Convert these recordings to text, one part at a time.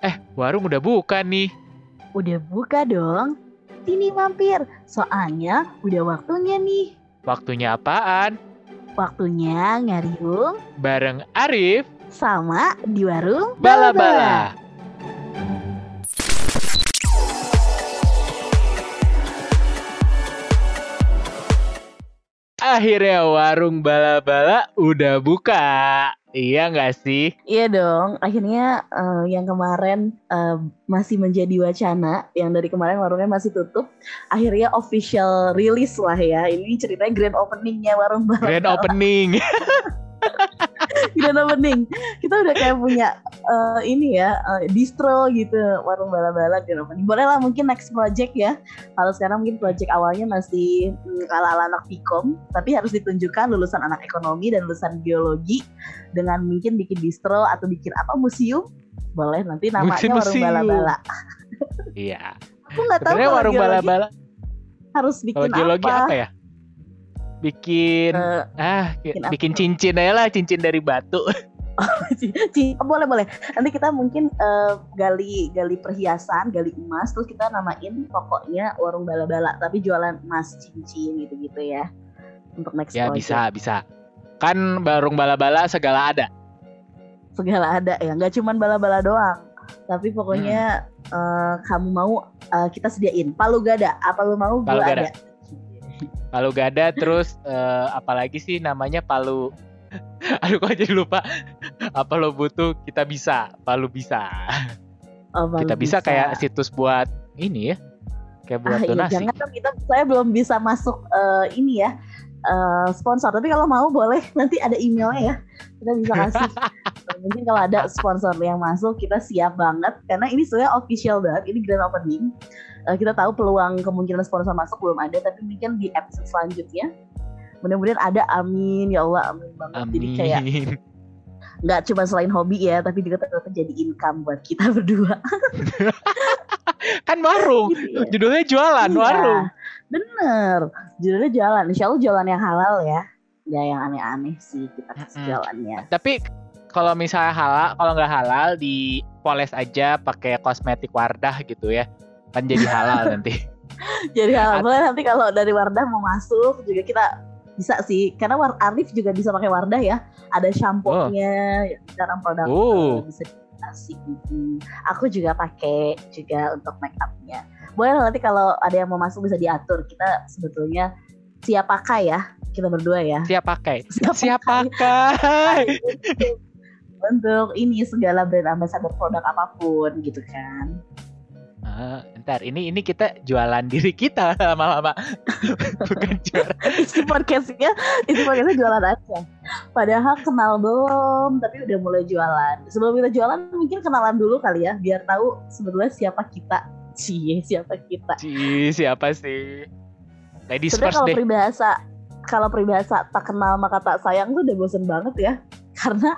Warung udah buka nih. Udah buka dong. Sini mampir, soalnya udah waktunya nih. Waktunya apaan? Waktunya ngariung Bareng Arif sama di warung Bala-Bala. Akhirnya warung Bala-Bala udah buka. Iya nggak sih? Iya dong, akhirnya yang kemarin masih menjadi wacana, yang dari kemarin warungnya masih tutup, akhirnya official release lah ya. Ini ceritanya grand openingnya warung Bala-Bala. Grand opening. Grand opening. Kita udah kayak punya distro gitu, warung Bala-Bala grand opening. Boleh lah mungkin next project ya. Kalau sekarang mungkin project awalnya masih ala-ala anak Vkom, tapi harus ditunjukkan lulusan anak ekonomi dan lulusan biologi dengan mungkin bikin distro atau bikin museum. Boleh nanti namanya Mungkin warung museum. Bala-Bala. Iya. Aku nggak tahu Sebenarnya kalau warung geologi Bala-Bala. harus Kalau bikin geologi apa ya? Bikin bikin cincin aja lah, cincin dari batu. Boleh. Nanti kita mungkin gali perhiasan, gali emas, terus kita namain pokoknya warung Bala-Bala, tapi jualan emas, cincin gitu ya. Untuk next Ya project. bisa. Kan warung Bala-Bala segala ada. Segala ada ya, nggak cuman Bala-Bala doang. Tapi pokoknya kamu mau kita sediain. Palu gada, apa lu mau? Palu Gua gada. ada. Palu gada, terus apalagi sih namanya palu. Aduh kok jadi lupa. Apa lo butuh, kita bisa. Palu bisa. Palu Kita bisa kayak situs buat ini ya. Kayak buat donasi. Jangan dong, saya belum bisa masuk sponsor, tapi kalau mau boleh, nanti ada emailnya ya, kita bisa kasih. Mungkin kalau ada sponsor yang masuk, kita siap banget, karena ini sebenarnya official banget, ini grand opening. Kita tahu peluang kemungkinan sponsor masuk belum ada, tapi mungkin di episode selanjutnya mudah-mudahan ada, amin ya Allah, amin banget. Amin. Jadi kayak nggak cuma selain hobi ya, tapi juga ternyata jadi income buat kita berdua. Kan warung, Gitu ya. judulnya jualan. Iya, warung. Bener, judulnya jualan. Insya Allah jualan yang halal ya, nggak yang aneh-aneh sih kita kasih jualannya. Tapi kalau misalnya halal, kalau nggak halal dipoles aja pakai kosmetik Wardah gitu ya, kan jadi halal nanti. Jadi halal. Boleh nanti kalau dari Wardah mau masuk juga kita bisa sih, karena Arif juga bisa pakai Wardah ya. Ada shampoo-nya, sekarang produk bisa dikasih. Aku juga pakai juga untuk make up-nya. Boleh nanti kalau ada yang mau masuk bisa diatur. Kita sebetulnya siap pakai ya, kita berdua ya. Siap pakai. Untuk ini segala brand ambassador produk apapun gitu kan. Ntar ini kita jualan diri kita lama-lama. Bukan jualan. Isi podcastnya jualan aja. Padahal kenal belum, tapi udah mulai jualan. Sebelum kita jualan mungkin kenalan dulu kali ya, biar tahu sebetulnya siapa kita. Siapa sih? Ladies sebenarnya first deh. Kalau peribahasa tak kenal maka tak sayang tuh udah bosen banget ya. Karena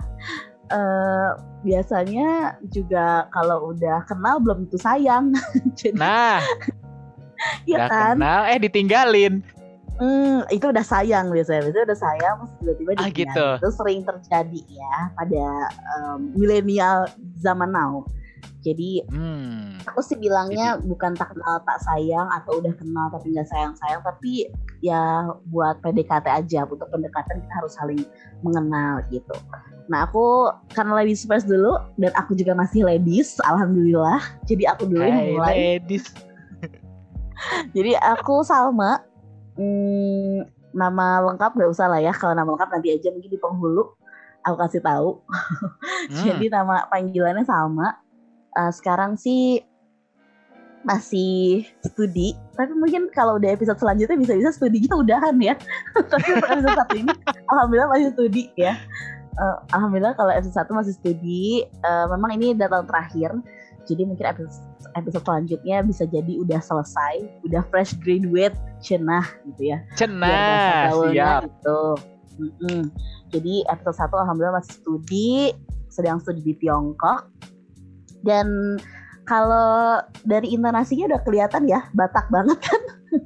biasanya juga kalau udah kenal belum tentu sayang. Jadi, ya kan? Kenal ditinggalin. Itu udah sayang biasanya udah sayang terus tiba-tiba ditinggalin. Gitu. Itu sering terjadi ya pada milenial zaman now. Jadi aku sih bilangnya bukan tak kenal tak sayang atau udah kenal tapi nggak sayang-sayang, tapi ya buat PDKT aja. Untuk pendekatan kita harus saling mengenal gitu. Nah aku karena ladies first dulu dan aku juga masih ladies, alhamdulillah. Jadi aku dulu yang mulai. Ladies. Jadi aku Salma. Nama lengkap nggak usah lah ya. Kalau nama lengkap nanti aja mungkin di penghulu aku kasih tahu. Jadi nama panggilannya Salma. Sekarang sih masih studi, tapi mungkin kalau udah episode selanjutnya bisa-bisa studinya udahan ya. Tapi untuk episode 1 ini alhamdulillah masih studi ya. Alhamdulillah kalau episode 1 masih studi. Memang ini datang terakhir, jadi mungkin episode selanjutnya bisa jadi udah selesai, udah fresh graduate, cenah gitu ya. Siap gitu. Jadi episode 1 alhamdulillah masih studi, sedang studi di Tiongkok. Dan kalau dari intonasinya udah kelihatan ya, Batak banget kan.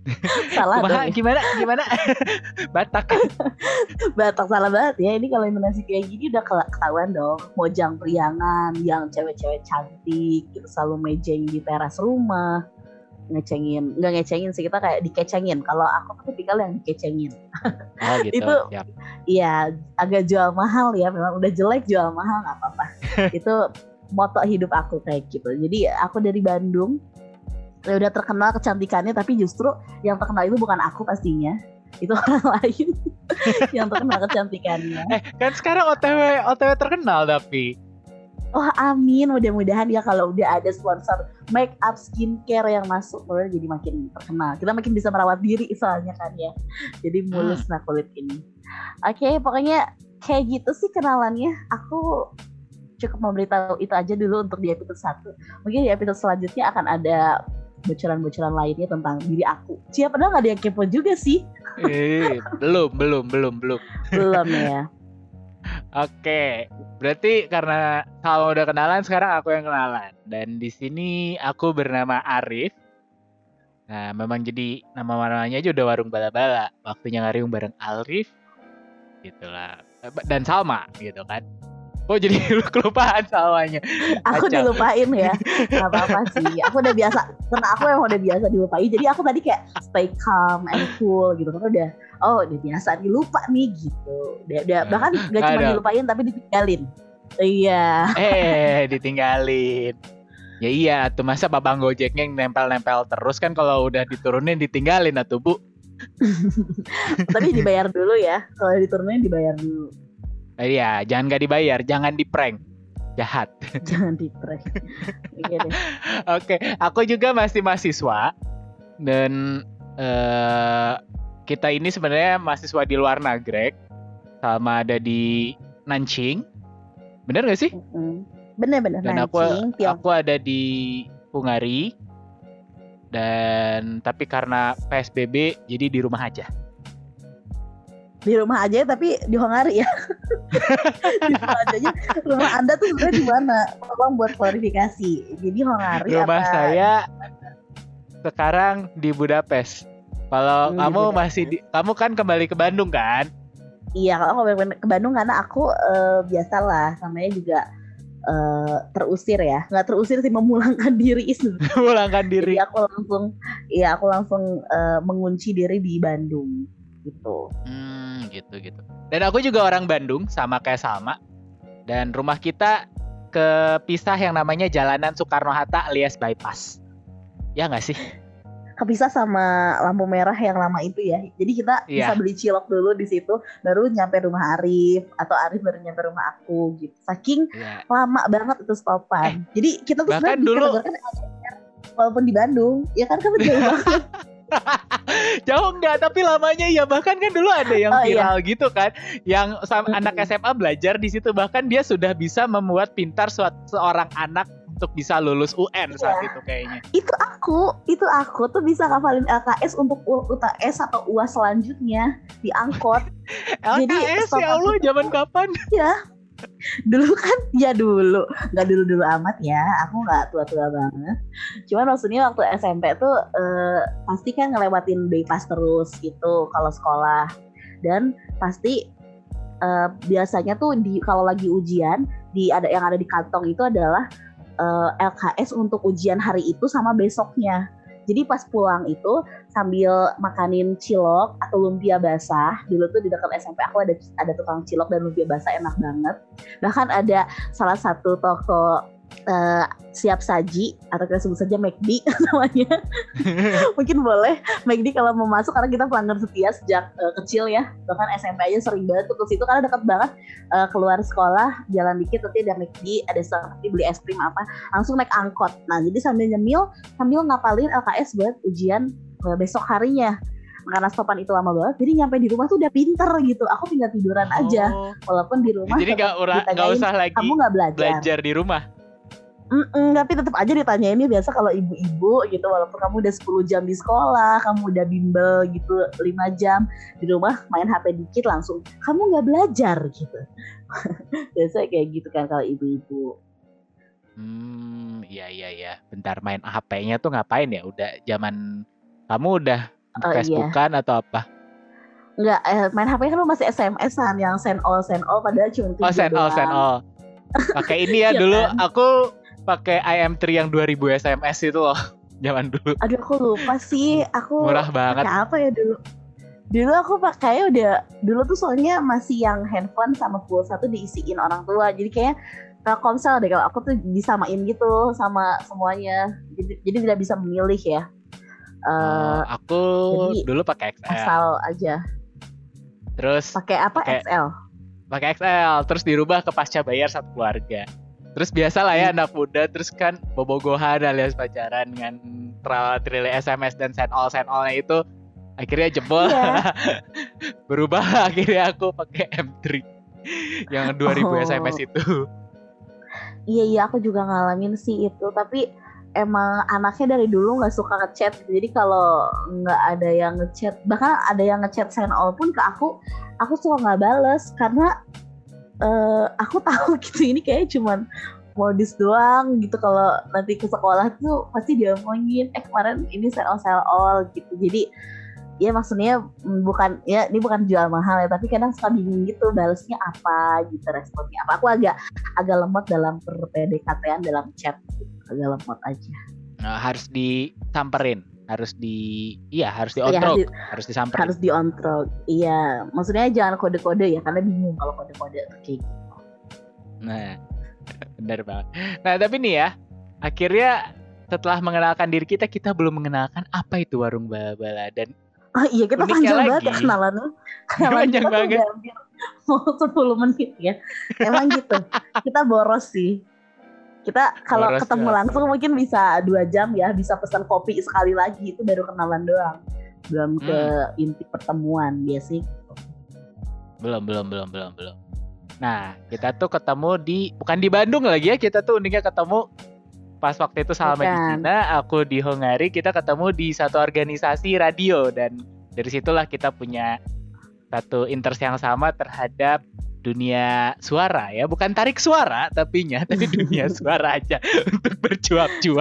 Salah dong. Gimana? Batak. Batak salah banget ya. Ini kalau Indonesia kayak gini udah ketahuan dong. Mojang priangan yang cewek-cewek cantik gitu, selalu mejeng di teras rumah. Nggak ngecengin sih, kita kayak dikecengin. Kalau aku tuh tipikal yang dikecengin. Oh gitu. Itu iya agak jual mahal ya, memang udah jelek jual mahal nggak apa-apa. Itu moto hidup aku kayak gitu. Jadi aku dari Bandung ya udah terkenal kecantikannya, tapi justru yang terkenal itu bukan aku pastinya, itu orang lain yang terkenal kecantikannya. Kan sekarang OTW terkenal tapi. Oh amin, mudah-mudahan ya kalau udah ada sponsor make up skincare yang masuk, jadi makin terkenal. Kita makin bisa merawat diri soalnya kan ya. Jadi mulus nah kulit ini. Oke, pokoknya kayak gitu sih kenalannya. Aku cukup memberitahu itu aja dulu untuk di episode 1. Mungkin di episode selanjutnya akan ada bocoran-bocoran lainnya tentang diri aku. Padahal gak ada yang kepo juga sih. Belum. Belum ya. Oke, berarti karena kalau udah kenalan, sekarang aku yang kenalan. Dan di sini aku bernama Arif. Nah, memang jadi namanya aja udah warung bala-bala. Waktunya ngariung bareng Arif, gitulah. Dan Salma, gitu kan. Oh jadi lu kelupaan Salmanya. Aku dilupain ya. Gak apa-apa sih. Aku udah biasa. Karena aku emang udah biasa dilupain. Jadi aku tadi kayak stay calm and cool gitu. Karena udah biasa dilupa nih gitu. Udah bahkan gak cuma dilupain tapi ditinggalin. Iya. Ditinggalin. Ya iya, tuh masa babang Gojeknya yang nempel-nempel terus kan, kalau udah diturunin ditinggalin atuh Bu. Tapi dibayar dulu ya. Kalau diturunin dibayar dulu. Iya, jangan gak dibayar, jangan di-prank. Jahat. Jangan di-prank. Oke, aku juga masih mahasiswa. Dan kita ini sebenarnya mahasiswa di luar negeri. Sama ada di Nanjing. Bener gak sih? Bener-bener dan Nanjing. Aku ada di Hungari. Dan tapi karena PSBB jadi di rumah aja. Di rumah aja tapi di Hungari ya. Di rumah aja. Rumah Anda tuh sebenarnya di mana? Tolong buat klarifikasi. Jadi Hungari rumah apa? Saya sekarang di Budapest. Kalau kamu kamu kan kembali ke Bandung kan? Iya, kalau aku ke Bandung karena aku biasalah namanya juga terusir ya. Nggak terusir sih, memulangkan diri. Memulangkan diri. Jadi aku langsung mengunci diri di Bandung gitu. Gitu. Dan aku juga orang Bandung sama kayak Salma. Dan rumah kita kepisah yang namanya Jalanan Soekarno-Hatta alias bypass. Ya nggak sih? Kepisah sama lampu merah yang lama itu ya. Jadi kita bisa beli cilok dulu di situ, baru nyampe rumah Arif, atau Arif baru nyampe rumah aku gitu. Saking lama banget itu stopan. Jadi kita tuh sebenarnya dulu walaupun di Bandung, ya kan jauh banget. Jauh enggak, tapi lamanya ya. Bahkan kan dulu ada yang viral gitu kan, yang anak SMA belajar di situ, bahkan dia sudah bisa membuat pintar seorang anak untuk bisa lulus UN saat itu kayaknya. Itu aku tuh bisa ngafalin LKS untuk UTS atau UAS selanjutnya di angkot. LKS ya Allah, zaman kapan? Ya. Dulu kan nggak dulu amat ya, aku nggak tua-tua banget, cuman maksudnya waktu SMP tuh pasti kan ngelewatin bypass terus gitu kalau sekolah, dan pasti biasanya tuh kalau lagi ujian yang ada di kantong itu adalah LKS untuk ujian hari itu sama besoknya. Jadi pas pulang itu sambil makanin cilok atau lumpia basah. Dulu tuh di dekat SMP aku ada tukang cilok dan lumpia basah enak banget. Bahkan ada salah satu toko siap saji, atau kita sebut saja McD namanya. Mungkin boleh McD kalau mau masuk, karena kita pelanggan setia sejak kecil ya. Bahkan SMP aja sering banget tuh ke situ karena dekat banget, keluar sekolah jalan dikit nanti ada McD, ada seperti beli es krim apa, langsung naik angkot. Nah jadi sambil nyemil sambil ngapalin LKS buat ujian besok harinya. Karena stopan itu lama banget, jadi nyampe di rumah tuh udah pinter gitu. Aku tinggal tiduran aja, walaupun di rumah. Jadi nggak usah lagi kamu nggak belajar di rumah. Tapi tetap aja ditanyainnya biasa kalau ibu-ibu gitu, walaupun kamu udah 10 jam di sekolah, kamu udah bimbel gitu 5 jam, di rumah main HP dikit langsung kamu nggak belajar gitu. Biasa kayak gitu kan kalau ibu-ibu. Iya. Bentar, main HP-nya tuh ngapain ya? Udah zaman kamu udah Facebookan atau apa? Enggak, main HP kan masih SMS-an yang send all padahal cuma 3 doang. Send all. Pakai ini ya dulu kan? Aku pakai IM3 yang 2000 SMS itu loh. Zaman dulu. Aduh, aku lupa sih. Aku murah banget. Pakai apa ya dulu? Dulu aku pakai dulu tuh soalnya masih yang handphone sama pulsa tuh diisiin orang tua. Jadi kayak Telkomsel deh kalau aku tuh disamain gitu sama semuanya. Jadi tidak bisa memilih ya. Aku dulu pakai XL. Asal aja. Terus pakai apa? XL. Pakai XL, terus dirubah ke pasca bayar satu keluarga. Terus biasa lah ya anak muda, terus kan bobogohan alias pacaran dengan trilly SMS dan send all-nya itu akhirnya jebol. Berubah akhirnya aku pakai M3 yang 2000 SMS itu. Iya aku juga ngalamin sih itu, tapi emang anaknya dari dulu nggak suka ngechat. Jadi kalau nggak ada yang ngechat, bahkan ada yang ngechat send all pun ke aku suka nggak bales karena aku tahu gitu ini kayaknya cuman modus doang gitu. Kalau nanti ke sekolah tuh pasti diomongin kemarin ini send all gitu. Jadi ya maksudnya ini bukan jual mahal ya, tapi kadang suka bingung gitu balesnya apa gitu, responnya apa. Aku agak lemot dalam PDKT-an dalam chat gitu. Agak lemot aja. Nah, harus disamperin, harus diontrol, harus disamperin. Harus diontrol. Iya, maksudnya jangan kode-kode ya, karena bingung kalau kode-kode kayak gitu. Nah, benar banget. Nah, tapi nih ya, akhirnya setelah mengenalkan diri kita belum mengenalkan apa itu warung bala-bala. Dan iya, kita panjang banget ya kenalannya. Panjang banget. Mau 10 menit ya. Emang gitu. Kita boros sih. Kita kalau ketemu langsung mungkin bisa 2 jam ya, bisa pesan kopi sekali lagi, itu baru kenalan doang. Belum ke inti pertemuan biasanya. Belum. Nah, kita tuh ketemu bukan di Bandung lagi ya, kita tuh uniknya ketemu pas waktu itu sama di Cina, aku di Hongari, kita ketemu di satu organisasi radio, dan dari situlah kita punya satu interest yang sama terhadap dunia suara ya, bukan tarik suara tapi dunia suara aja untuk bercuap-cuap.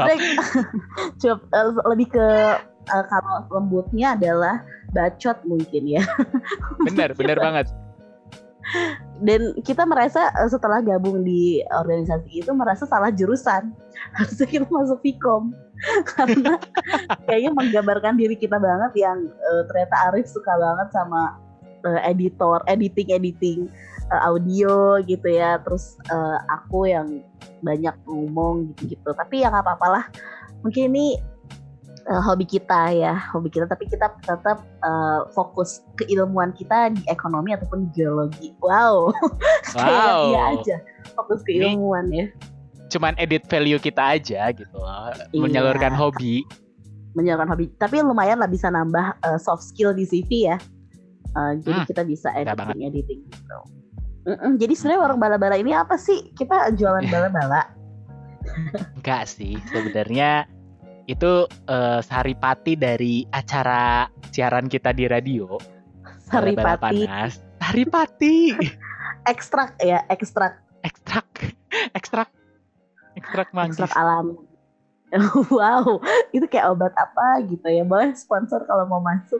Lebih ke kalau lembutnya adalah bacot mungkin ya. Benar banget. Dan kita merasa setelah gabung di organisasi itu merasa salah jurusan. Harusnya kita masuk Vkom. Karena kayaknya menggambarkan diri kita banget yang ternyata Arif suka banget sama editing audio gitu ya. Terus aku yang banyak ngomong gitu-gitu. Tapi ya nggak apa-apalah. Mungkin ini hobi kita, tapi kita tetap fokus keilmuan kita di ekonomi ataupun di geologi. Wow. Kayak dia aja fokus ke ilmuwan ya. Cuman edit value kita aja gitu loh. Menyalurkan hobi. Tapi lumayan lah bisa nambah soft skill di CV ya. Jadi kita bisa editing gitu. Jadi sebenarnya warung bala-bala ini apa sih? Kita jualan bala-bala? Enggak sih, sebenarnya itu saripati dari acara siaran kita di radio. Saripati. Ekstrak manggis. Ekstrak alam. Wow, itu kayak obat apa gitu ya. Boleh sponsor kalau mau masuk.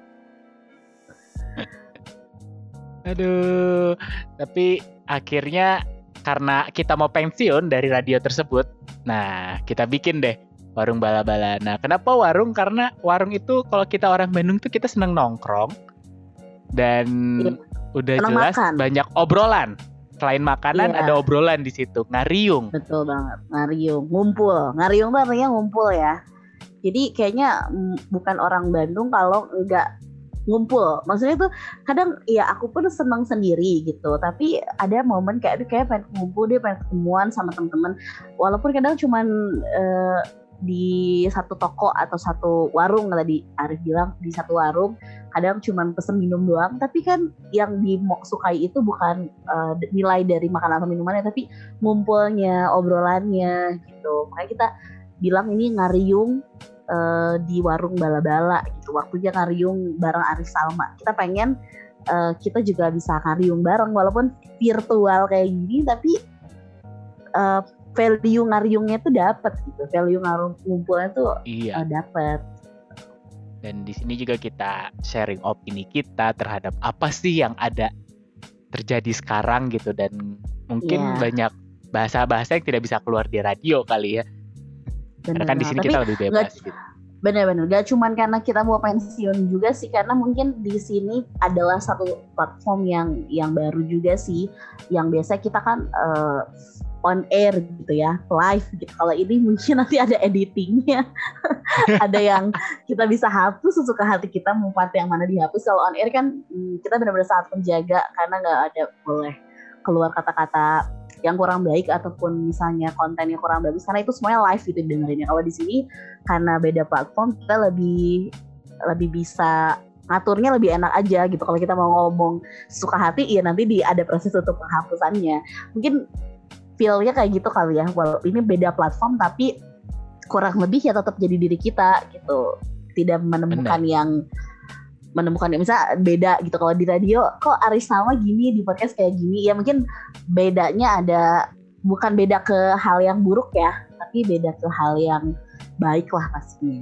Aduh, tapi akhirnya karena kita mau pensiun dari radio tersebut, nah kita bikin deh warung bala-bala. Nah, kenapa warung? Karena warung itu kalau kita orang Bandung tuh kita seneng nongkrong dan udah jelas makan. Banyak obrolan. Selain makanan ada obrolan di situ, ngariung. Betul banget, ngariung, ngumpul. Ngariung tuh artinya ngumpul ya. Jadi kayaknya bukan orang Bandung kalau enggak ngumpul. Maksudnya tuh kadang ya aku pun seneng sendiri gitu, tapi ada momen kayak pengen ngumpul, dia pengen ketemuan sama teman-teman. Walaupun kadang cuman di satu toko atau satu warung, tadi Arif bilang di satu warung kadang cuma pesen minum doang, tapi kan yang disukai itu bukan nilai dari makanan atau minumannya, tapi ngumpulnya, obrolannya gitu. Makanya kita bilang ini ngariung di warung bala-bala gitu, waktunya ngariung bareng Arif Salma. Kita pengen kita juga bisa ngariung bareng walaupun virtual kayak gini, tapi value ngariungnya tuh dapat gitu, value ngumpulnya tuh dapat. Dan di sini juga kita sharing opini kita terhadap apa sih yang ada terjadi sekarang gitu, dan mungkin banyak bahasa-bahasa yang tidak bisa keluar di radio kali ya. Karena kan di sini kita lebih bebas gitu. Benar-benar gak cuman karena kita mau pensiun juga sih, karena mungkin di sini adalah satu platform yang baru juga sih, yang biasa kita kan on air gitu ya, live gitu. Kalau ini mungkin nanti ada editingnya, ada yang kita bisa hapus sesuka hati kita, mau part yang mana dihapus. Kalau on air kan kita benar-benar sangat menjaga, karena nggak ada boleh keluar kata-kata yang kurang baik ataupun misalnya konten yang kurang bagus, karena itu semuanya live gitu dengerinnya. Kalau di sini karena beda platform, kita lebih bisa ngaturnya lebih enak aja gitu. Kalau kita mau ngomong suka hati, ya nanti ada proses untuk penghapusannya. Mungkin feel-nya kayak gitu kali ya. Walau ini beda platform, tapi kurang lebih ya tetap jadi diri kita gitu. Tidak menemukan yang misalnya beda gitu. Kalau di radio kok Aris sama gini, di podcast kayak gini, ya mungkin bedanya ada, bukan beda ke hal yang buruk ya, tapi beda ke hal yang baik lah pastinya.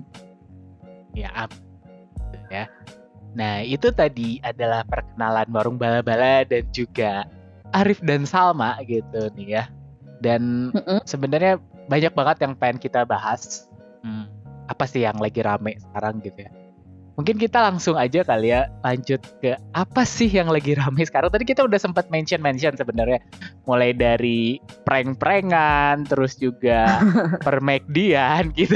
Ya. Nah, itu tadi adalah perkenalan warung bala-bala dan juga Arif dan Salma gitu nih ya. Dan sebenarnya banyak banget yang pengen kita bahas. Apa sih yang lagi rame sekarang gitu ya. Mungkin kita langsung aja kali ya lanjut ke apa sih yang lagi rame sekarang. Tadi kita udah sempat mention sebenarnya, mulai dari prank-prankan, terus juga permekdian gitu.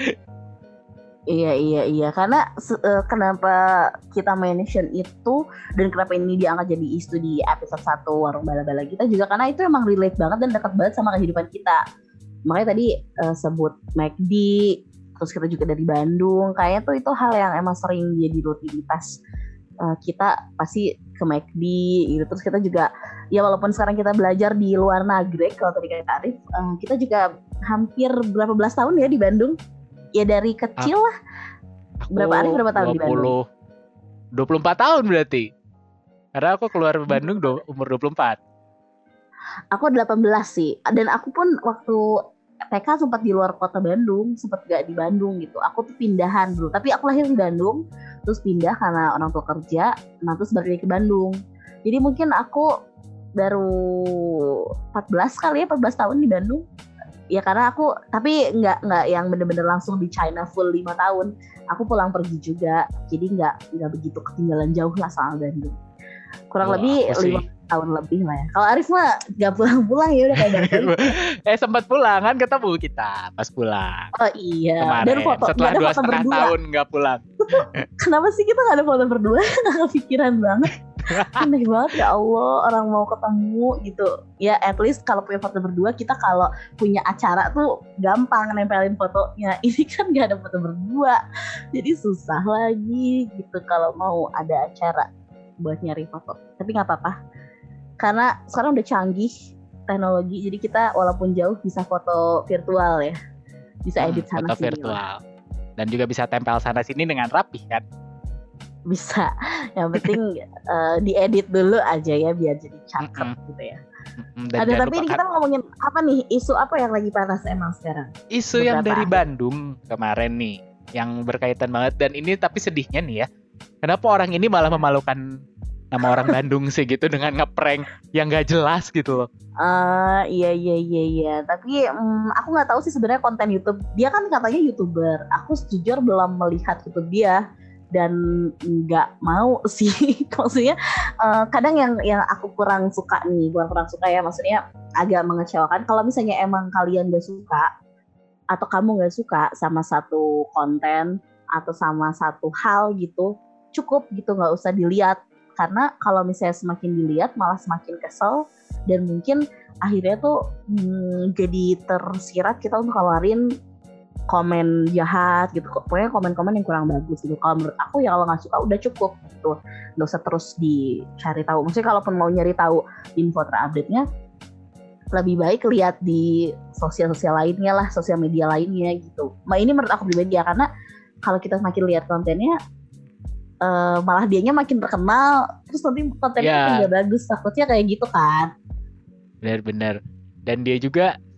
Iya. Karena kenapa kita mention itu dan kenapa ini diangkat jadi isu di episode 1 Warung Bala-Bala kita juga karena itu emang relate banget dan dekat banget sama kehidupan kita. Makanya tadi sebut McD, terus kita juga dari Bandung, kayaknya tuh itu hal yang emang sering jadi rutinitas kita pasti ke McD gitu. Terus kita juga ya walaupun sekarang kita belajar di luar negeri, kalau tadi kata Arif, kita juga hampir berapa belas tahun ya di Bandung. Ya dari kecil lah. Berapa tahun di Bandung? 24 tahun berarti. Karena aku keluar Bandung umur 24. Aku 18 sih. Dan aku pun waktu TK sempat di luar kota Bandung, sempat gak di Bandung gitu. Aku tuh pindahan dulu. Tapi aku lahir di Bandung, terus pindah karena orang tua kerja, nah terus balik ke Bandung. Jadi mungkin aku baru 14 tahun di Bandung. Ya karena aku, tapi nggak yang bener-bener langsung di China full 5 tahun. Aku pulang pergi juga, jadi nggak begitu ketinggalan jauh lah soal Bandung. Kurang lebih 5 tahun lebih lah ya. Kalau Arif mah nggak pulang-pulang ya udah kayak Bandung. Sempat pulang kan, ketemu kita pas pulang. Oh iya. Kemarin, dan foto, setelah 2,5 tahun nggak pulang. Kenapa sih kita nggak ada foto berdua? Nggak kepikiran banget. Aneh banget ya Allah, orang mau ketemu gitu. Ya at least kalau punya foto berdua, kita kalau punya acara tuh gampang nempelin fotonya. Ini kan gak ada foto berdua, jadi susah lagi gitu kalau mau ada acara buat nyari foto. Tapi gak apa-apa, karena sekarang udah canggih teknologi, jadi kita walaupun jauh bisa foto virtual ya. Bisa edit sana foto sini virtual. Dan juga bisa tempel sana sini dengan rapih kan. Bisa, yang penting diedit dulu aja ya biar jadi cakep gitu ya. Ada tapi ini kita mau ngomongin apa nih, isu apa yang lagi panas emang sekarang? Isu yang dari Bandung kemarin nih, yang berkaitan banget, dan ini tapi sedihnya nih ya, kenapa orang ini malah memalukan nama orang Bandung sih gitu dengan ngeprank yang gak jelas gitu loh. Iya. Tapi aku nggak tahu sih sebenarnya konten YouTube dia, kan katanya YouTuber. Aku jujur belum melihat YouTube dia. Dan nggak mau sih, maksudnya kadang yang aku kurang suka nih, bukan kurang suka ya, maksudnya agak mengecewakan kalau misalnya emang kalian gak suka atau kamu gak suka sama satu konten atau sama satu hal gitu, cukup gitu, nggak usah dilihat, karena kalau misalnya semakin dilihat malah semakin kesel dan mungkin akhirnya tuh jadi tersirat kita untuk keluarin komen jahat gitu, pokoknya komen-komen yang kurang bagus gitu. Kalau menurut aku ya kalau nggak suka udah cukup gitu, nggak usah terus dicari tahu. Maksudnya kalaupun mau nyari tahu info terupdate-nya, lebih baik lihat di sosial lainnya lah, sosial media lainnya gitu. Nah ini menurut aku pribadi ya, karena kalau kita semakin lihat kontennya, malah dianya makin terkenal, terus nanti kontennya nggak bagus, takutnya kayak gitu kan. Benar-benar. Dan dia juga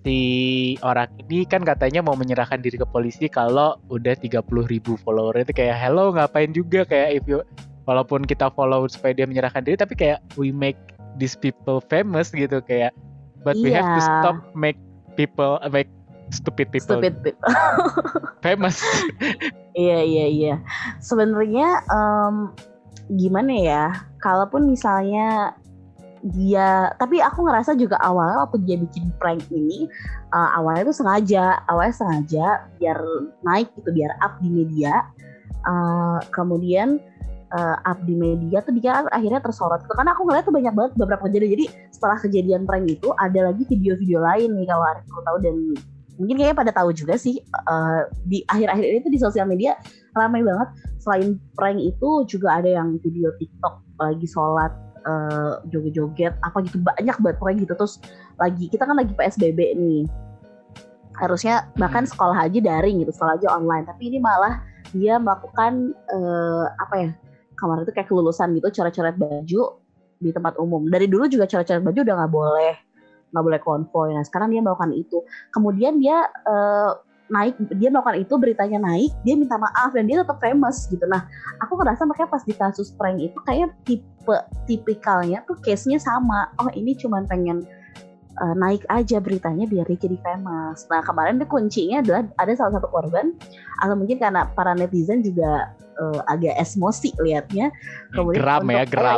si orang ini kan katanya mau menyerahkan diri ke polisi kalau udah 30.000 follower. Itu kayak hello, ngapain juga, kayak walaupun kita follow supaya dia menyerahkan diri, tapi kayak we make these people famous gitu, kayak but we have to stop make stupid people famous. Iya. Sebenarnya gimana ya? Kalaupun misalnya dia, tapi aku ngerasa juga awalnya waktu dia bikin prank ini, awalnya sengaja biar naik gitu, biar up di media. Kemudian up di media tuh dia akhirnya tersorot. Karena aku ngeliat tuh banyak banget beberapa kejadian. Jadi setelah kejadian prank itu ada lagi video-video lain nih, kalau aku tahu, dan mungkin kayaknya pada tahu juga sih, di akhir-akhir ini tuh di sosial media ramai banget. Selain prank itu juga ada yang video TikTok lagi sholat, joget-joget apa gitu, banyak banget prank gitu. Terus kita kan lagi PSBB nih, harusnya bahkan sekolah aja daring gitu, sekolah aja online, tapi ini malah dia melakukan kemarin itu kayak kelulusan gitu, coret-coret baju di tempat umum. Dari dulu juga coret-coret baju udah nggak boleh konvoy. Nah sekarang dia melakukan itu, kemudian dia dia melakukan itu, beritanya naik, dia minta maaf dan dia tetap famous gitu. Nah aku ngerasa makanya pas di kasus prank itu kayak tipikalnya tuh case-nya sama. Oh ini cuman pengen naik aja beritanya biar dia jadi famous. Nah kemarin tuh kuncinya adalah ada salah satu korban, atau mungkin karena para netizen juga agak emosi liatnya, geram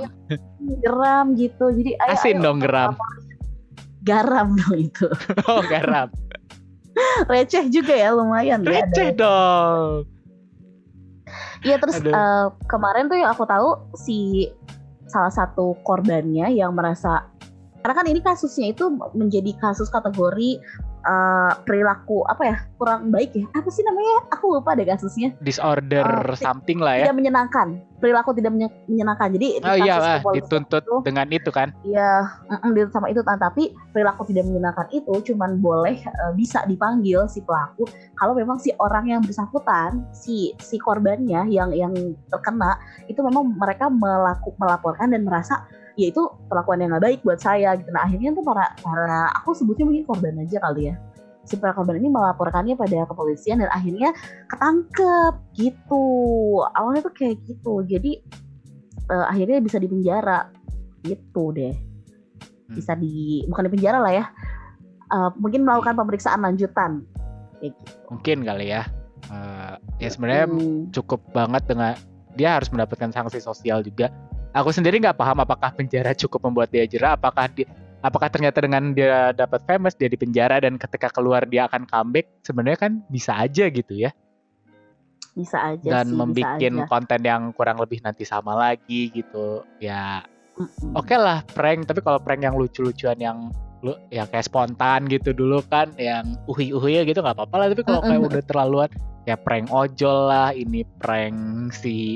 gitu. Jadi asin dong, garam dong itu. Oh garam. Receh juga ya, lumayan. Receh dong. Iya, terus kemarin tuh yang aku tahu si salah satu korbannya yang merasa, karena kan ini kasusnya itu menjadi kasus kategori perilaku kurang baik ya, apa sih namanya, aku lupa deh kasusnya, disorder something lah ya, tidak menyenangkan, perilaku tidak menyenangkan. Jadi dituntut itu, dengan itu kan, iya, dituntut sama itu. Tapi perilaku tidak menyenangkan itu cuman boleh bisa dipanggil si pelaku kalau memang si orang yang bersangkutan, si korbannya yang terkena itu memang mereka melaporkan dan merasa ya itu perlakuan yang nggak baik buat saya gitu. Nah akhirnya tuh para aku sebutnya mungkin korban aja kali ya, si para korban ini melaporkannya pada kepolisian dan akhirnya ketangkep gitu. Awalnya tuh kayak gitu, jadi akhirnya bisa dipenjara gitu deh. Bisa bukan dipenjara lah ya, mungkin melakukan pemeriksaan lanjutan kayak gitu. Mungkin kali ya. Ya sebenarnya cukup banget dengan dia harus mendapatkan sanksi sosial juga. Aku sendiri nggak paham apakah penjara cukup membuat dia jera, apakah ternyata dengan dia dapat famous dia di penjara dan ketika keluar dia akan comeback. Sebenarnya kan bisa aja gitu ya. Bisa aja dan sih. Dan membuat konten yang kurang lebih nanti sama lagi gitu. Ya oke lah prank, tapi kalau prank yang lucu-lucuan yang kayak spontan gitu dulu kan, yang uhi-uhi gitu nggak apa-apa lah. Tapi kalau kayak udah terlaluan, ya prank ojol lah, ini prank si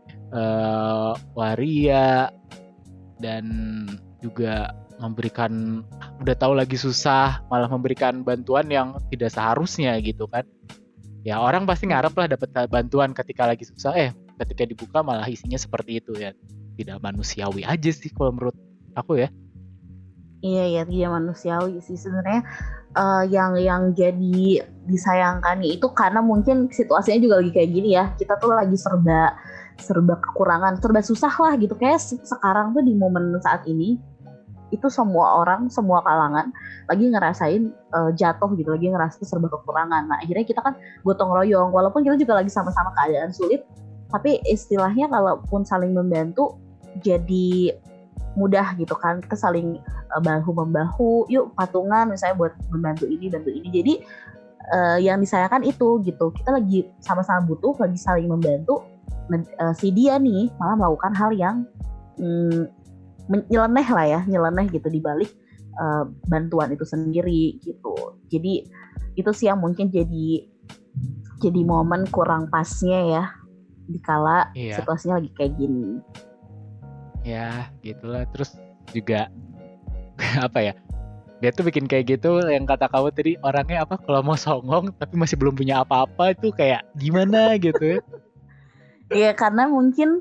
waria, dan juga memberikan, udah tahu lagi susah malah memberikan bantuan yang tidak seharusnya gitu kan. Ya orang pasti ngarep lah dapat bantuan ketika lagi susah, ketika dibuka malah isinya seperti itu ya. Tidak manusiawi aja sih kalau menurut aku ya. Iya tidak manusiawi sih sebenarnya. Yang jadi disayangkan itu karena mungkin situasinya juga lagi kayak gini ya, kita tuh lagi serba kekurangan, serba susah lah gitu. Kayak sekarang tuh di momen saat ini itu semua orang, semua kalangan lagi ngerasain jatuh gitu, lagi ngerasain serba kekurangan. Nah akhirnya kita kan gotong royong, walaupun kita juga lagi sama-sama keadaan sulit, tapi istilahnya kalaupun saling membantu jadi mudah gitu kan. Kita saling bahu membahu, yuk patungan misalnya buat membantu ini bantu ini. Jadi yang disayangkan itu gitu, kita lagi sama-sama butuh, lagi saling membantu. Si dia nih malah melakukan hal yang nyeleneh gitu di balik bantuan itu sendiri gitu. Jadi itu sih yang mungkin jadi momen kurang pasnya ya dikala situasinya lagi kayak gini. Ya gitulah. Terus juga apa ya, dia tuh bikin kayak gitu, yang kata kamu tadi, orangnya kalau mau songong tapi masih belum punya apa-apa, itu kayak gimana gitu ya. Iya karena mungkin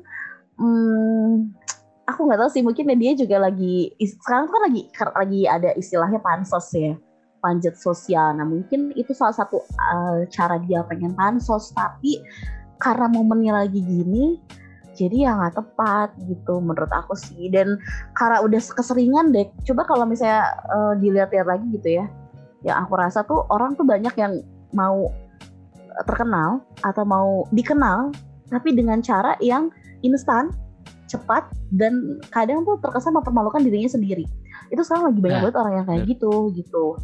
aku nggak tahu sih, mungkin dia juga lagi sekarang kan lagi ada istilahnya pansos ya. panjat sosial. Nah mungkin itu salah satu cara dia pengen pansos, tapi karena momennya lagi gini, jadi ya nggak tepat gitu menurut aku sih. Dan karena udah keseringan deh, coba kalau misalnya dilihat-lihat lagi gitu ya, yang aku rasa tuh orang tuh banyak yang mau terkenal atau mau dikenal, tapi dengan cara yang instan, cepat, dan kadang tuh terkesan mempermalukan dirinya sendiri. Itu sekarang lagi banyak banget orang yang kayak gitu.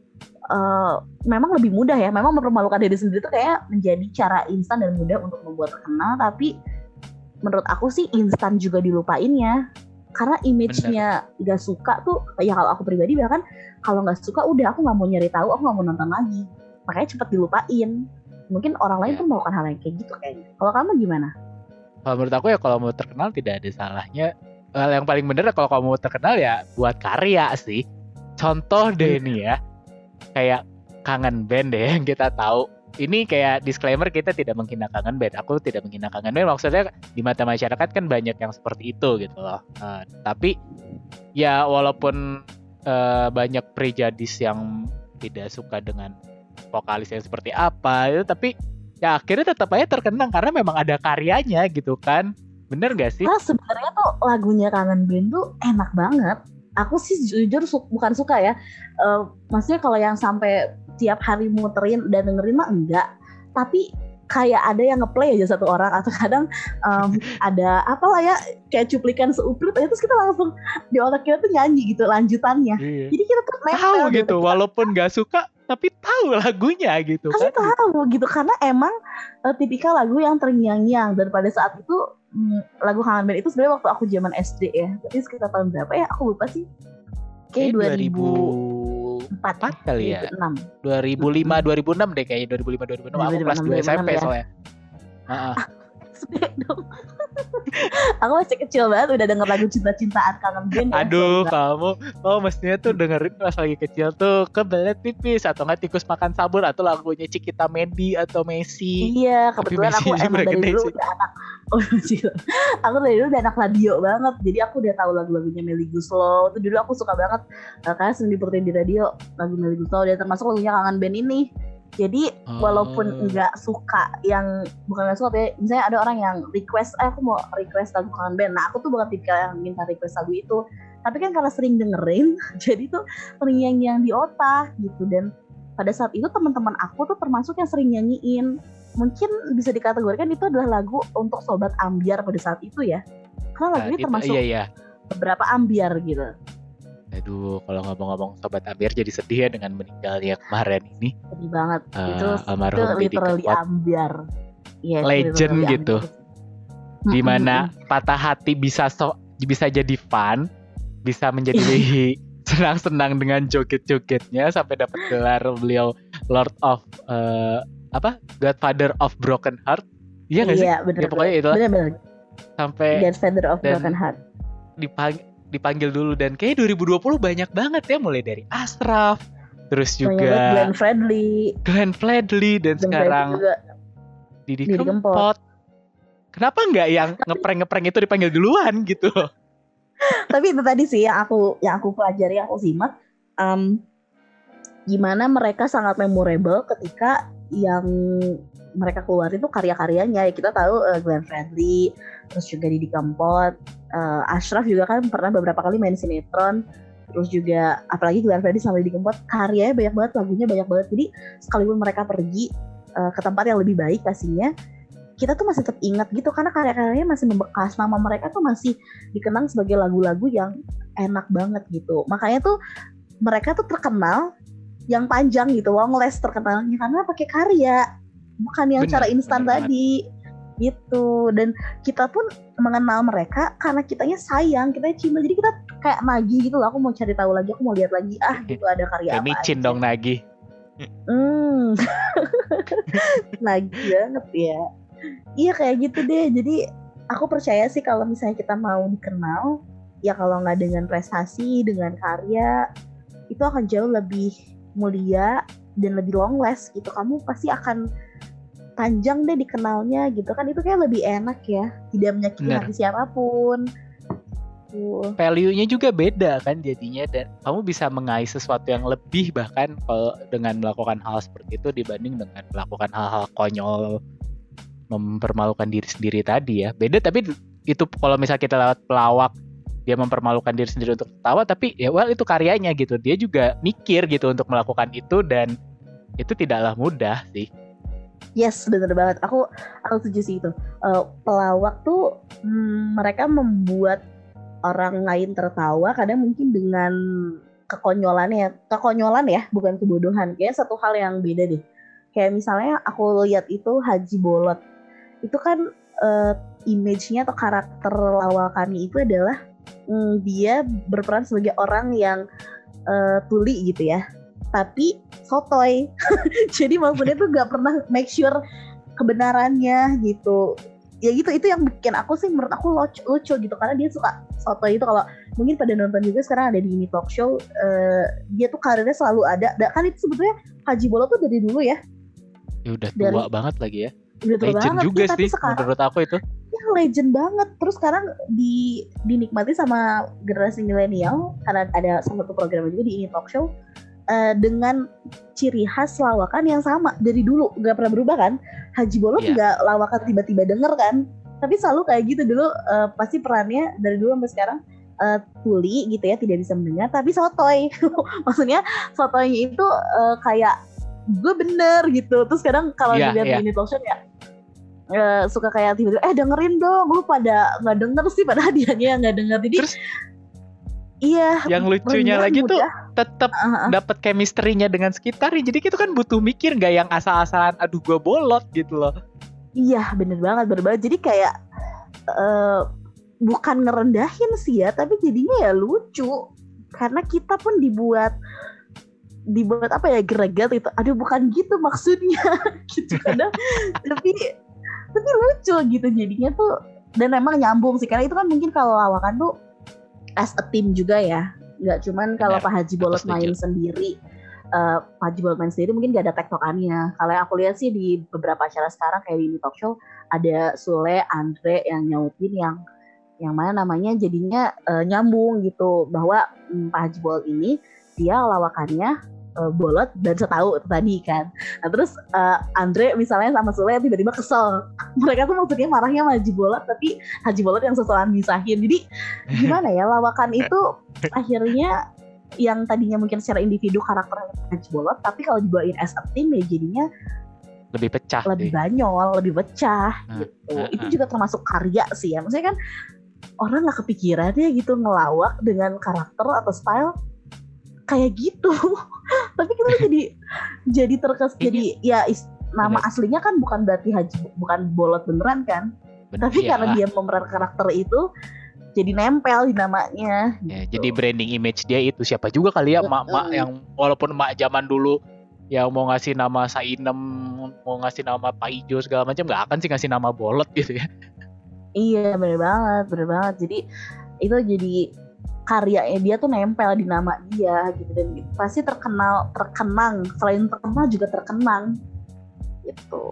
Memang lebih mudah ya, memang mempermalukan diri sendiri itu kayak menjadi cara instan dan mudah untuk membuat terkenal, tapi menurut aku sih instan juga dilupainnya, karena image-nya gak suka tuh, ya kalau aku pribadi bahkan kalau gak suka udah aku gak mau nyari tahu, aku gak mau nonton lagi, makanya cepet dilupain. Mungkin orang lain tuh melakukan hal yang kayak gitu kayaknya. Kalau kamu gimana? Kalau menurut aku ya kalau mau terkenal tidak ada salahnya. Hal yang paling bener kalau kamu mau terkenal ya buat karya sih. Contoh deh nih ya, kayak Kangen Band deh yang kita tahu. Ini kayak disclaimer, kita tidak menghina Kangen Band. Aku tidak menghina Kangen Band. Maksudnya di mata masyarakat kan banyak yang seperti itu gitu loh. Tapi ya walaupun banyak prejudis yang tidak suka dengan vokalis yang seperti apa itu, tapi ya akhirnya tetap aja terkenang karena memang ada karyanya gitu kan. Bener gak sih? Nah sebenarnya tuh lagunya Kangen Band tuh enak banget. Aku sih jujur bukan suka ya. Maksudnya kalau yang sampai tiap hari muterin dan dengerin mah enggak. Tapi kayak ada yang ngeplay aja satu orang, atau kadang ada apalah ya kayak cuplikan seuprit aja, terus kita langsung di otak kita tuh nyanyi gitu lanjutannya. Jadi kita tuh tahu gitu, walaupun gak suka tapi tahu lagunya gitu kan. Tahu gitu karena emang tipikal lagu yang terngiang-ngiang. Dan pada saat itu lagu Kangen Band itu sebenarnya waktu aku zaman SD ya. Tapi sekitar tahun berapa ya? Aku lupa sih. Kayak 2004 kali ya. 2005 2006 deh kayaknya, 2005 2006. Aku kelas 2 SMP ya. Soalnya. Dong. Aku masih kecil banget udah denger lagu cinta-cintaan Kangen Band ya. Aduh, kamu mestinya tuh dengerin pas lagi kecil tuh Kebelet Pipis atau nggak Tikus Makan Sabun atau lagunya Cikita Mendy atau Messi. Iya, kebetulan aku emang dari dulu udah anak aku dari dulu udah anak radio banget. Jadi aku udah tahu lagu-lagunya Melly Goeslaw. Itu dulu aku suka banget karena sering diputerin di radio lagu Melly Goeslaw, dan termasuk lagunya Kangen Band ini. Jadi walaupun nggak suka, yang bukan nggak suka ya, misalnya ada orang yang request, aku mau request lagu Kangen Band. Nah aku tuh bukan tipikal yang minta request lagu itu, tapi kan karena sering dengerin, jadi tuh terngiang-ngiang di otak gitu. Dan pada saat itu teman-teman aku tuh termasuk yang sering nyanyiin. Mungkin bisa dikategorikan itu adalah lagu untuk sobat ambiar pada saat itu ya, karena lagu ini termasuk beberapa ambiar gitu. Aduh, kalau ngomong-ngomong sobat ambiar jadi sedih ya dengan meninggalnya kemarin ini. Sedih banget. Itu Didi literally Kempot. Ambiar. Yes, legend gitu. Dimana patah hati bisa jadi fun, bisa menjadi senang-senang dengan joget-jogetnya sampai dapat gelar beliau Lord of Godfather of Broken Heart. Iya nggak sih? Iya benar. Ya, pokoknya itu. Benar. Sampai Godfather of Broken Heart. Dipanggil dulu, dan kayak 2020 banyak banget ya, mulai dari Ashraf, terus juga Glenn Fredly, dan sekarang Didi Kempot. Kenapa nggak yang ngeprank itu dipanggil duluan gitu? Tapi itu tadi sih yang aku pelajari, yang aku simak, gimana mereka sangat memorable ketika yang mereka keluar itu karya-karyanya. Ya, kita tahu Glenn Fredly, terus juga Didi Kempot, Ashraf juga kan pernah beberapa kali main sinetron. Terus juga apalagi Glenn Fredly sama Didi Kempot, karyanya banyak banget, lagunya banyak banget. Jadi sekalipun mereka pergi ke tempat yang lebih baik pastinya, kita tuh masih tetap ingat gitu karena karya-karyanya masih membekas. Nama mereka tuh masih dikenang sebagai lagu-lagu yang enak banget gitu. Makanya tuh mereka tuh terkenal yang panjang gitu, long last terkenalnya karena pakai karya, bukan yang cara instan tadi gitu. Dan kita pun mengenal mereka karena kitanya sayang, kitanya cinta, jadi kita kayak nagih gitu loh, aku mau cari tahu lagi, aku mau lihat lagi, gitu ada karya apa micin dong nagih. Nagih banget ya. Iya kayak gitu deh. Jadi aku percaya sih kalau misalnya kita mau dikenal, ya kalau nggak dengan prestasi, dengan karya, itu akan jauh lebih mulia dan lebih long last gitu. Kamu pasti akan panjang deh dikenalnya gitu kan. Itu kayak lebih enak ya, tidak menyakiti hati siapapun. value-nya juga beda kan jadinya, dan kamu bisa mengais sesuatu yang lebih bahkan kalau dengan melakukan hal seperti itu dibanding dengan melakukan hal-hal konyol mempermalukan diri sendiri tadi ya. Beda, tapi itu kalau misalnya kita lewat pelawak dia mempermalukan diri sendiri untuk ketawa, tapi ya itu karyanya gitu. Dia juga mikir gitu untuk melakukan itu, dan itu tidaklah mudah sih. Yes, bener banget. Aku setuju sih itu. Pelawak tuh mereka membuat orang lain tertawa kadang mungkin dengan kekonyolan ya, bukan kebodohan. Kayak satu hal yang beda deh. Kayak misalnya aku lihat itu Haji Bolot. Itu kan image-nya atau karakter lawakannya itu adalah dia berperan sebagai orang yang tuli gitu ya, tapi sotoy. Jadi maksudnya tuh gak pernah make sure kebenarannya gitu. Ya gitu, itu yang bikin aku sih, menurut aku lucu gitu, karena dia suka sotoy itu. Kalau mungkin pada nonton juga sekarang ada di Ini Talk Show, dia tuh karirnya selalu ada. Kan itu sebetulnya Haji Bolot tuh dari dulu ya. Ya udah tua banget lagi ya. Legend banget, juga ya, sih sekarang, menurut aku itu. Ya legend banget. Terus sekarang dinikmati sama generasi milenial karena ada salah satu program juga di Ini Talk Show dengan ciri khas lawakan yang sama dari dulu, gak pernah berubah kan. Haji Bolot gak lawakan tiba-tiba denger kan, tapi selalu kayak gitu dulu. Pasti perannya dari dulu sampai sekarang tuli gitu ya, tidak bisa mendengar tapi sotoy. Maksudnya sotoynya itu kayak gue bener gitu. Terus kadang kalau dilihat di Ini Talk Show ya suka kayak tiba-tiba dengerin dong, lu pada nggak denger sih, padahal dianya nggak denger. Jadi terus, iya. Yang lucunya lagi mudah. Tuh tetap dapat chemistry-nya dengan sekitar. Jadi kita kan butuh mikir, nggak yang asal-asalan aduh gue bolot gitu loh. Iya bener banget. Jadi kayak bukan ngerendahin sih ya, tapi jadinya ya lucu karena kita pun dibuat apa ya, greget itu. Aduh bukan gitu maksudnya gitu kadang. tapi lucu gitu jadinya tuh, dan emang nyambung sih, karena itu kan mungkin kalau lawakan tuh as a team juga ya, nggak cuman kalau Pak Haji Bolot main sendiri. Pak Haji Bolot main sendiri mungkin gak ada tektokannya. Kalau yang aku lihat sih di beberapa acara sekarang kayak di Ini Talk Show, ada Sule, Andre yang nyautin yang mana namanya jadinya nyambung gitu, bahwa Pak Haji Bolot ini dia lawakannya bolot dan setahu tadi kan. Nah terus Andre misalnya sama Sule tiba-tiba kesel. Mereka tuh maksudnya marahnya sama Haji Bolot, tapi Haji Bolot yang sosokan misahin. Jadi gimana ya, lawakan itu akhirnya yang tadinya mungkin secara individu karakter Haji Bolot, tapi kalau dibawain as a team ya jadinya lebih pecah, lebih banyol, lebih pecah gitu. Itu juga termasuk karya sih ya. Maksudnya kan orang nggak kepikiran ya gitu ngelawak dengan karakter atau style kayak gitu. Tapi kita jadi jadi ya nama aslinya kan bukan berarti bukan Bolot beneran kan. Tapi karena dia memeran karakter itu jadi nempel di namanya ya, gitu. Jadi branding image dia itu. Siapa juga kali ya emak-emak yang walaupun emak zaman dulu yang mau ngasih nama Sainem, mau ngasih nama Pak Ijo segala macam, gak akan sih ngasih nama Bolot gitu ya. Iya bener banget. Jadi itu jadi karyanya dia tuh nempel di nama dia gitu, dan pasti terkenang, selain terkenal juga terkenang gitu.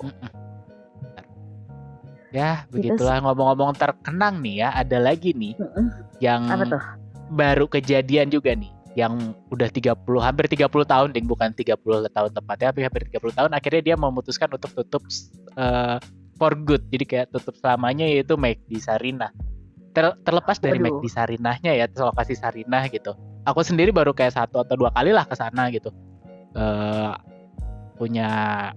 Ya begitulah. Ngomong-ngomong terkenang nih ya, ada lagi nih yang baru kejadian juga nih, yang udah hampir 30 tahun deh, bukan 30 tahun tepatnya, tapi hampir 30 tahun akhirnya dia memutuskan untuk tutup for good. Jadi kayak tutup selamanya, yaitu McD Sarinah. Terlepas dari McD Sarinahnya ya, lokasi Sarinah gitu. Aku sendiri baru kayak 1 atau 2 kali lah ke sana gitu. Punya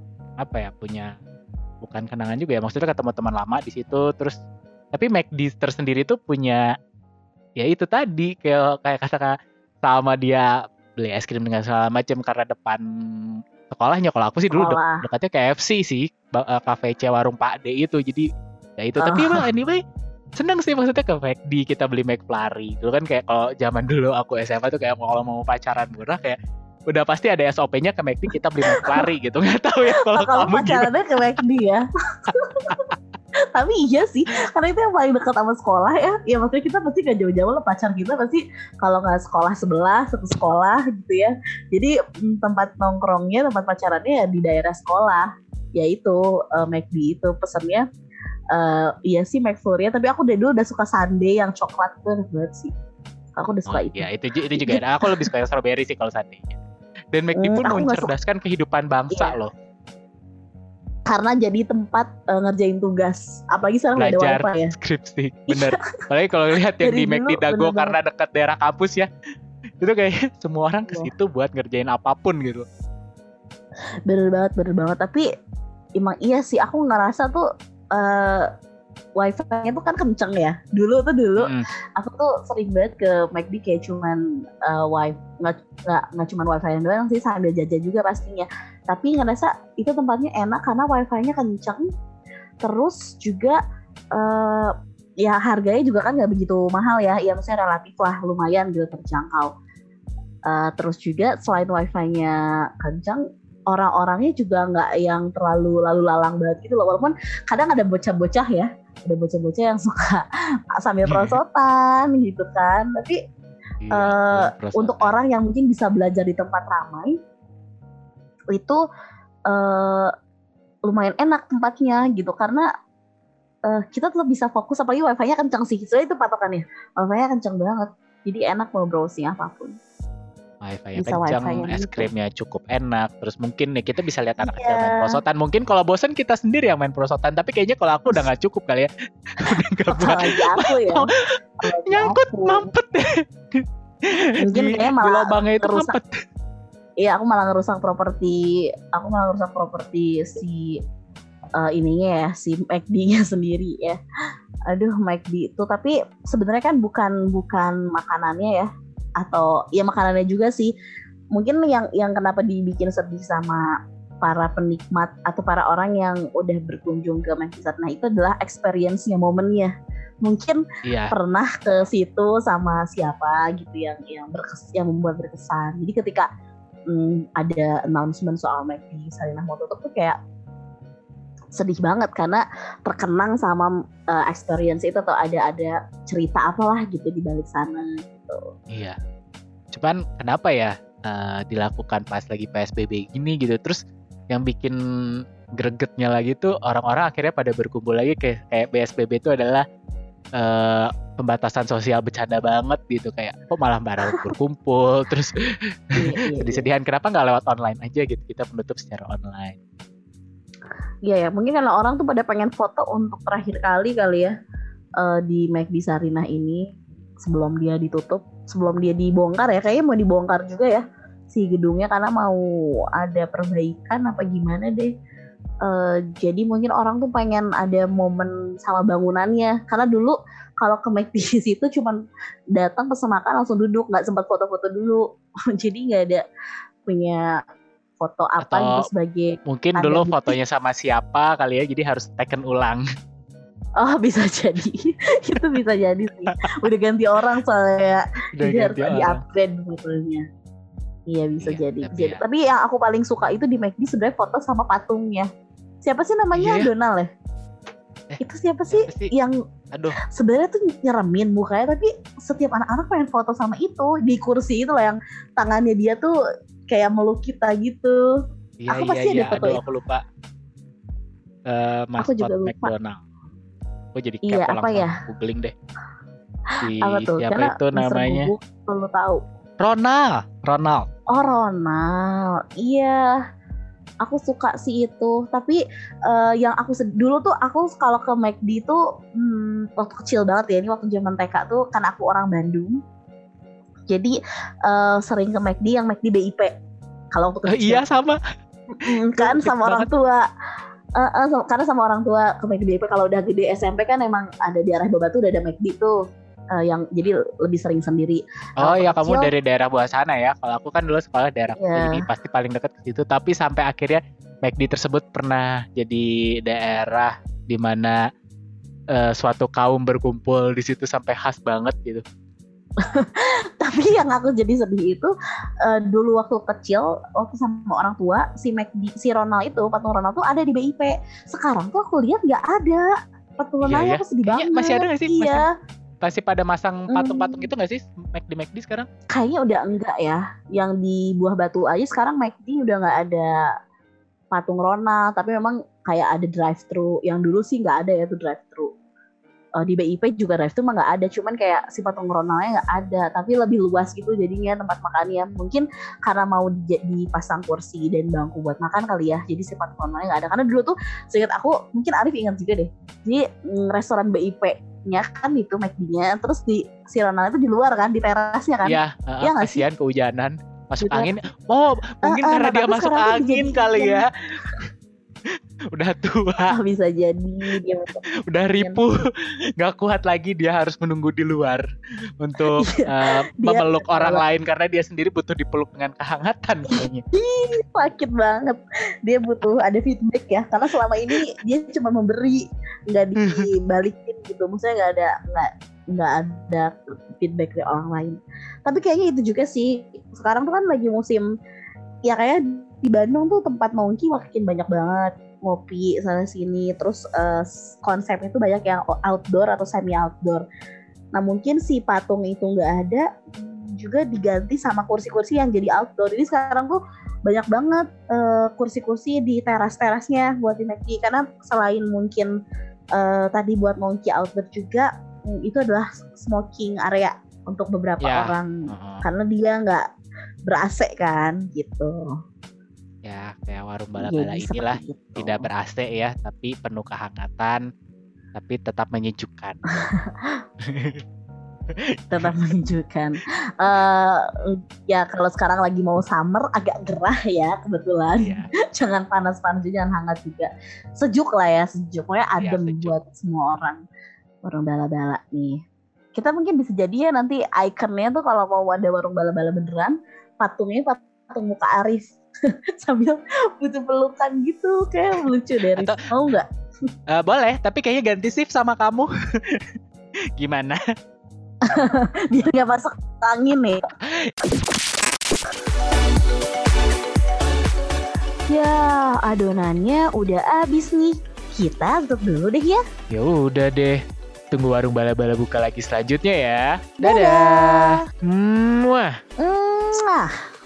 bukan kenangan juga ya, maksudnya ketemu teman lama di situ. Terus tapi McD tersendiri tuh punya ya itu tadi kayak kata sama dia beli es krim dengan segala macam karena depan sekolahnya. Kalau aku sih dulu dekatnya KFC sih, Cafe C warung Pak D itu. Jadi ya itu. Tapi emang anyway seneng sih, maksudnya ke McD kita beli McFlurry. Dulu kan kayak kalau zaman dulu aku SMA tuh kayak kalau mau pacaran murah kayak udah pasti ada SOP-nya ke McD kita beli McFlurry gitu. Nggak tahu ya kalau kamu pacarannya ke McD ya. Tapi iya sih, karena itu yang paling dekat sama sekolah ya. Ya maksudnya kita pasti gak jauh-jauh lah, pacar kita pasti kalau nggak sekolah sebelah, satu sekolah gitu ya. Jadi tempat nongkrongnya, tempat pacarannya ya di daerah sekolah. Yaitu McD itu pesannya Iya sih McFlurry, tapi aku dari dulu udah suka sundae yang coklat itu enak banget sih. Aku udah suka itu. Ya itu juga enak. Aku lebih suka yang strawberry sih kalau sundae. Dan McD pun mencerdaskan kehidupan bangsa loh. Karena jadi tempat ngerjain tugas. Apalagi sekarang nggak ada wifi ya. Belajar skripsi, bener. Apalagi kalau lihat yang di McD Dago karena dekat daerah kampus ya. Itu kayaknya semua orang ke situ buat ngerjain apapun gitu. Bener banget. Tapi emang iya sih, aku ngerasa tuh wifi-nya tuh kan kenceng ya. Dulu aku tuh sering banget ke McD kayak cuman wifi, nggak cuman wifi yang doang sih, sambil jajan juga pastinya. Tapi ngerasa itu tempatnya enak karena wifi-nya kenceng. Terus juga ya harganya juga kan nggak begitu mahal ya. Ya maksudnya relatif lah, lumayan gitu terjangkau. Terus juga selain wifi-nya kenceng, orang-orangnya juga nggak yang terlalu lalu lalang banget gitu loh. Walaupun kadang ada bocah-bocah ya, yang suka sambil prosotan gitu kan. Tapi untuk orang yang mungkin bisa belajar di tempat ramai itu lumayan enak tempatnya gitu, karena kita tetap bisa fokus, apalagi wifi-nya kencang sih. Soalnya itu patokannya, wifi-nya kencang banget, jadi enak mau browsing apapun. Wifi-nya kencang, es krimnya cukup enak. Terus mungkin nih kita bisa lihat anak kecil main prosotan. Mungkin kalau bosan kita sendiri yang main prosotan. Tapi kayaknya kalau aku udah gak cukup kali ya. Udah gak buat. Aku ya. Nyangkut, mampet deh. Mungkin kayaknya malah lubangnya itu mampet. Iya, aku malah ngerusak properti si ininya ya, si McD-nya sendiri ya. Aduh, McD itu tapi sebenarnya kan bukan makanannya ya. Atau ya makanannya juga sih. Mungkin yang kenapa dibikin sedih sama para penikmat atau para orang yang udah berkunjung ke McD Sarinah itu adalah experience-nya, momennya. Mungkin pernah ke situ sama siapa gitu yang membuat berkesan. Jadi ketika ada announcement soal McD Sarinah mau tutup tuh kayak sedih banget karena terkenang sama experience itu, atau ada cerita apalah gitu di balik sana gitu. Iya. Cuman kenapa ya dilakukan pas lagi PSBB gini gitu. Terus yang bikin gregetnya lagi tuh orang-orang akhirnya pada berkumpul lagi kayak PSBB itu adalah pembatasan sosial bercanda banget gitu, kayak kok malah bareng berkumpul. Terus sedih-sedihan kenapa nggak lewat online aja gitu, kita menutup secara online. Iya ya, mungkin karena orang tuh pada pengen foto untuk terakhir kali ya di McD Sarinah ini sebelum dia ditutup, sebelum dia dibongkar ya. Kayaknya mau dibongkar juga ya si gedungnya karena mau ada perbaikan apa gimana deh. Jadi mungkin orang tuh pengen ada momen sama bangunannya, karena dulu kalau ke McD situ cuman datang pesen makan langsung duduk, nggak sempat foto-foto dulu. Jadi nggak ada punya foto apa atau gitu sebagai mungkin dulu bukti. Fotonya sama siapa kali ya, jadi harus taken ulang. Oh bisa jadi. Itu bisa jadi sih, udah ganti orang soalnya, jadi harus di-upgrade fotonya. Iya bisa jadi. Tapi yang aku paling suka itu di McD sebenarnya foto sama patungnya. Siapa sih namanya? Donald ya? Itu siapa sih yang sebenarnya tuh nyeremin mukanya, tapi setiap anak-anak pengen foto sama itu di kursi itu lah, yang tangannya dia tuh kayak meluk kita gitu. Aku pasti ada foto itu. Aku lupa. Aku juga lupa. McDonald. Aku jadi kepo langsung googling deh. Apa tuh? Siapa karena itu namanya? Perlu tahu. Ronald. Oh Ronald. Iya. Aku suka sih itu. Tapi yang aku dulu tuh aku kalau ke McD tuh waktu kecil banget ya. Ini waktu zaman TK tuh, kan aku orang Bandung. Jadi sering ke McD yang McD BIP. Kalau waktu kecil. Iya sama. Kan sama orang tua. Karena sama orang tua ke McD BIP. Kalau udah gede SMP kan emang ada di arah Babatu udah ada McD tuh. Yang jadi lebih sering sendiri. Oh iya, kamu dari daerah bawah sana ya. Kalau aku kan dulu sekolah daerah ini pasti paling dekat ke situ. Tapi sampai akhirnya McD tersebut pernah jadi daerah di mana suatu kaum berkumpul di situ sampai khas banget gitu. Tapi yang aku jadi sedih itu dulu waktu kecil, waktu sama orang tua, si Ronald itu, patung Ronald tuh ada di BIP. Sekarang tuh aku lihat nggak ada patung Ronaldnya. Aku sedih banget. Masih ada nggak sih? Iya. Masih pada masang patung-patung itu nggak sih di McD sekarang? Kayaknya udah enggak ya. Yang di Buah Batu aja sekarang McD udah nggak ada patung Ronald. Tapi memang kayak ada drive thru. Yang dulu sih nggak ada ya tuh drive thru. Di BIP juga drive thru mah nggak ada, cuman kayak si patung Ronaldnya nggak ada, tapi lebih luas gitu jadinya tempat makannya. Mungkin karena mau dipasang kursi dan bangku buat makan kali ya, jadi si patung Ronaldnya nggak ada. Karena dulu tuh seingat aku, mungkin Arif ingat juga deh, jadi restoran BIP-nya kan itu McD-nya, terus si Ronald itu di luar kan, di terasnya kan. Iya, kasihan kehujanan, masuk angin. Oh, mungkin karena dia masuk angin kali ya. Udah tua, bisa jadi dia udah ripuh, nggak kuat lagi, dia harus menunggu di luar untuk memeluk orang lain karena dia sendiri butuh dipeluk dengan kehangatan kayaknya. Sakit banget, dia butuh ada feedback ya, karena selama ini dia cuma memberi, nggak dibalikin gitu, maksudnya nggak ada feedback dari orang lain. Tapi kayaknya itu juga sih, sekarang tuh kan lagi musim ya, kayak di Bandung tuh tempat nongki makin banyak banget, ngopi sana sini, terus konsepnya tuh banyak yang outdoor atau semi outdoor. Nah mungkin si patung itu nggak ada, juga diganti sama kursi-kursi yang jadi outdoor. Jadi sekarang tuh banyak banget kursi-kursi di teras-terasnya buat di McD, karena selain mungkin tadi buat nongki outdoor juga, itu adalah smoking area untuk beberapa orang, karena dia nggak ber-AC kan gitu. Ya kayak warung bala-bala inilah gitu. Tidak ber-AC ya, tapi penuh kehangatan, tapi tetap menyejukkan. Tetap menyejukkan. Ya kalau sekarang lagi mau summer agak gerah ya kebetulan. Jangan panas-panas juga, jangan hangat juga. Sejuk lah ya, sejuk. Pokoknya adem buat semua orang. Warung bala-bala nih. Kita mungkin bisa jadi ya nanti ikonnya tuh kalau mau ada warung bala-bala beneran, patungnya patung muka Arif. Sambil butuh pelukan gitu, kayak lucu deh. Mau nggak? Boleh, tapi kayaknya ganti shift sama kamu. Gimana? Biar nggak masuk angin nih. Ya, adonannya udah habis nih. Kita tutup dulu deh ya. Ya udah deh. Tunggu warung bala-bala buka lagi selanjutnya ya. Dadah. Muah.